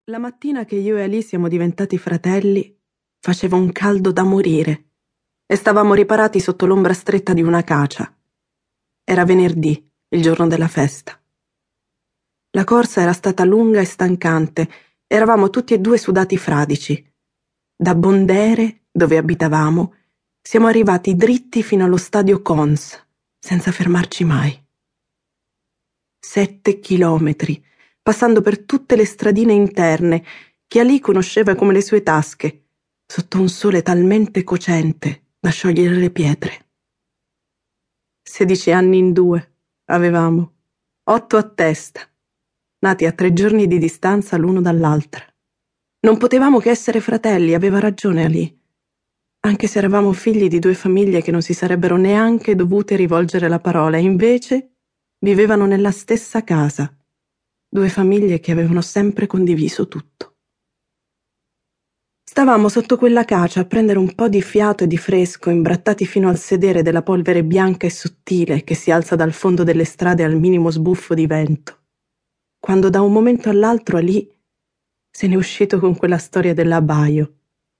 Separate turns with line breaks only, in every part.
La mattina che io e Ali siamo diventati fratelli, faceva un caldo da morire e stavamo riparati sotto l'ombra stretta di un'acacia. Era venerdì, il giorno della festa. La corsa era stata lunga e stancante, eravamo tutti e due sudati fradici. Da Bondere, dove abitavamo, siamo arrivati dritti fino allo stadio Cons, senza fermarci mai. 7 chilometri, passando per tutte le stradine interne, che Ali conosceva come le sue tasche, sotto un sole talmente cocente da sciogliere le pietre. 16 anni in due avevamo, 8 a testa, nati a 3 giorni di distanza l'uno dall'altra. Non potevamo che essere fratelli, aveva ragione Ali, anche se eravamo figli di 2 famiglie che non si sarebbero neanche dovute rivolgere la parola, e invece vivevano nella stessa casa, 2 famiglie che avevano sempre condiviso tutto. Stavamo sotto quell'acacia a prendere un po' di fiato e di fresco, imbrattati fino al sedere della polvere bianca e sottile che si alza dal fondo delle strade al minimo sbuffo di vento, quando da un momento all'altro Ali se n'è uscito con quella storia dell'abbaio.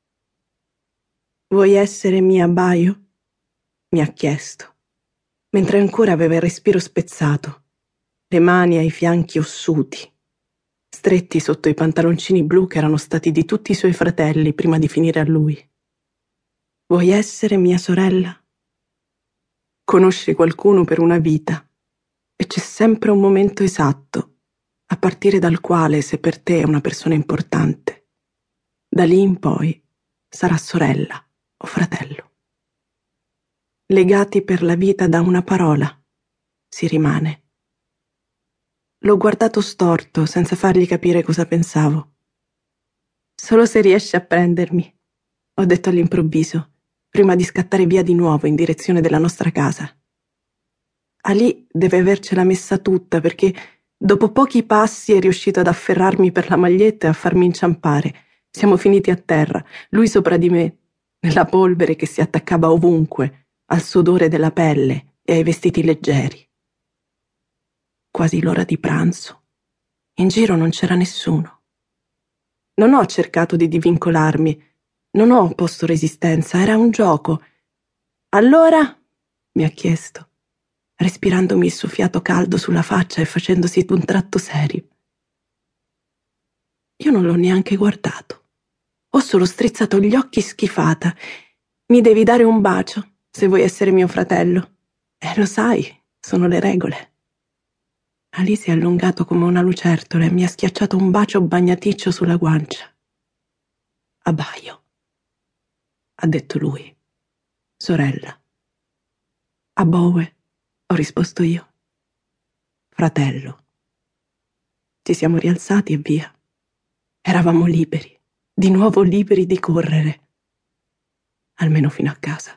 «Vuoi essere mia abbaio?» mi ha chiesto, mentre ancora aveva il respiro spezzato, le mani ai fianchi ossuti, stretti sotto i pantaloncini blu che erano stati di tutti i suoi fratelli prima di finire a lui. «Vuoi essere mia sorella?» Conosci qualcuno per una vita e c'è sempre un momento esatto, a partire dal quale, se per te è una persona importante, da lì in poi sarà sorella o fratello. Legati per la vita da una parola, si rimane. L'ho guardato storto, senza fargli capire cosa pensavo. «Solo se riesci a prendermi», ho detto all'improvviso, prima di scattare via di nuovo in direzione della nostra casa. Ali deve avercela messa tutta perché dopo pochi passi è riuscito ad afferrarmi per la maglietta e a farmi inciampare. Siamo finiti a terra, lui sopra di me, nella polvere che si attaccava ovunque, al sudore della pelle e ai vestiti leggeri. Quasi l'ora di pranzo. In giro non c'era nessuno. Non ho cercato di divincolarmi, non ho opposto resistenza, era un gioco. «Allora?» mi ha chiesto, respirandomi il suo fiato caldo sulla faccia e facendosi d'un tratto serio. Io non l'ho neanche guardato. Ho solo strizzato gli occhi schifata. «Mi devi dare un bacio, se vuoi essere mio fratello. Lo sai, sono le regole». Ali si è allungato come una lucertola e mi ha schiacciato un bacio bagnaticcio sulla guancia. «Abbaio», ha detto lui. «Sorella». «Abbowe», ho risposto io. «Fratello». Ci siamo rialzati e via. Eravamo liberi, di nuovo liberi di correre. Almeno fino a casa.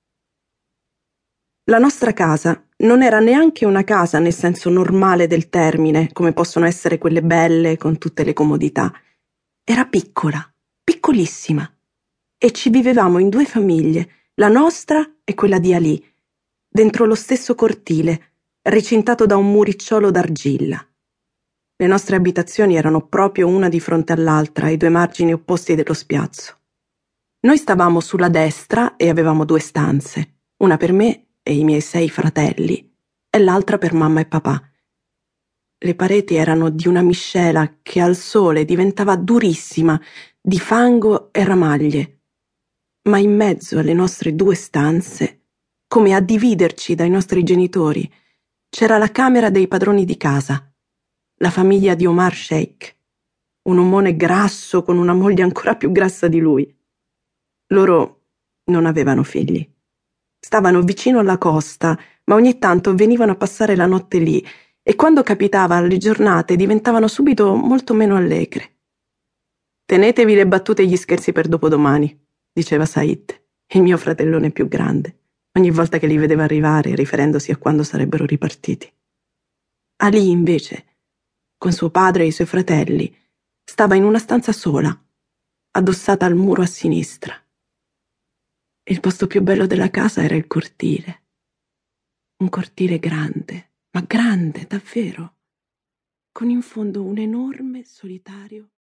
La nostra casa non era neanche una casa nel senso normale del termine, come possono essere quelle belle con tutte le comodità. Era piccola, piccolissima. E ci vivevamo in 2 famiglie, la nostra e quella di Ali, dentro lo stesso cortile, recintato da un muricciolo d'argilla. Le nostre abitazioni erano proprio una di fronte all'altra, ai 2 margini opposti dello spiazzo. Noi stavamo sulla destra e avevamo 2 stanze, una per me e i miei 6 fratelli, e l'altra per mamma e papà. Le pareti erano di una miscela che al sole diventava durissima, di fango e ramaglie. Ma in mezzo alle nostre 2 stanze, come a dividerci dai nostri genitori, c'era la camera dei padroni di casa, la famiglia di Omar Sheikh, un omone grasso con una moglie ancora più grassa di lui. Loro non avevano figli. Stavano vicino alla costa, ma ogni tanto venivano a passare la notte lì e quando capitava le giornate diventavano subito molto meno allegre. «Tenetevi le battute e gli scherzi per dopodomani», diceva Said, il mio fratellone più grande, ogni volta che li vedeva arrivare, riferendosi a quando sarebbero ripartiti. Ali, invece, con suo padre e i suoi fratelli, stava in una stanza sola, addossata al muro a sinistra. Il posto più bello della casa era il cortile. Un cortile grande, ma grande, davvero, con in fondo un enorme solitario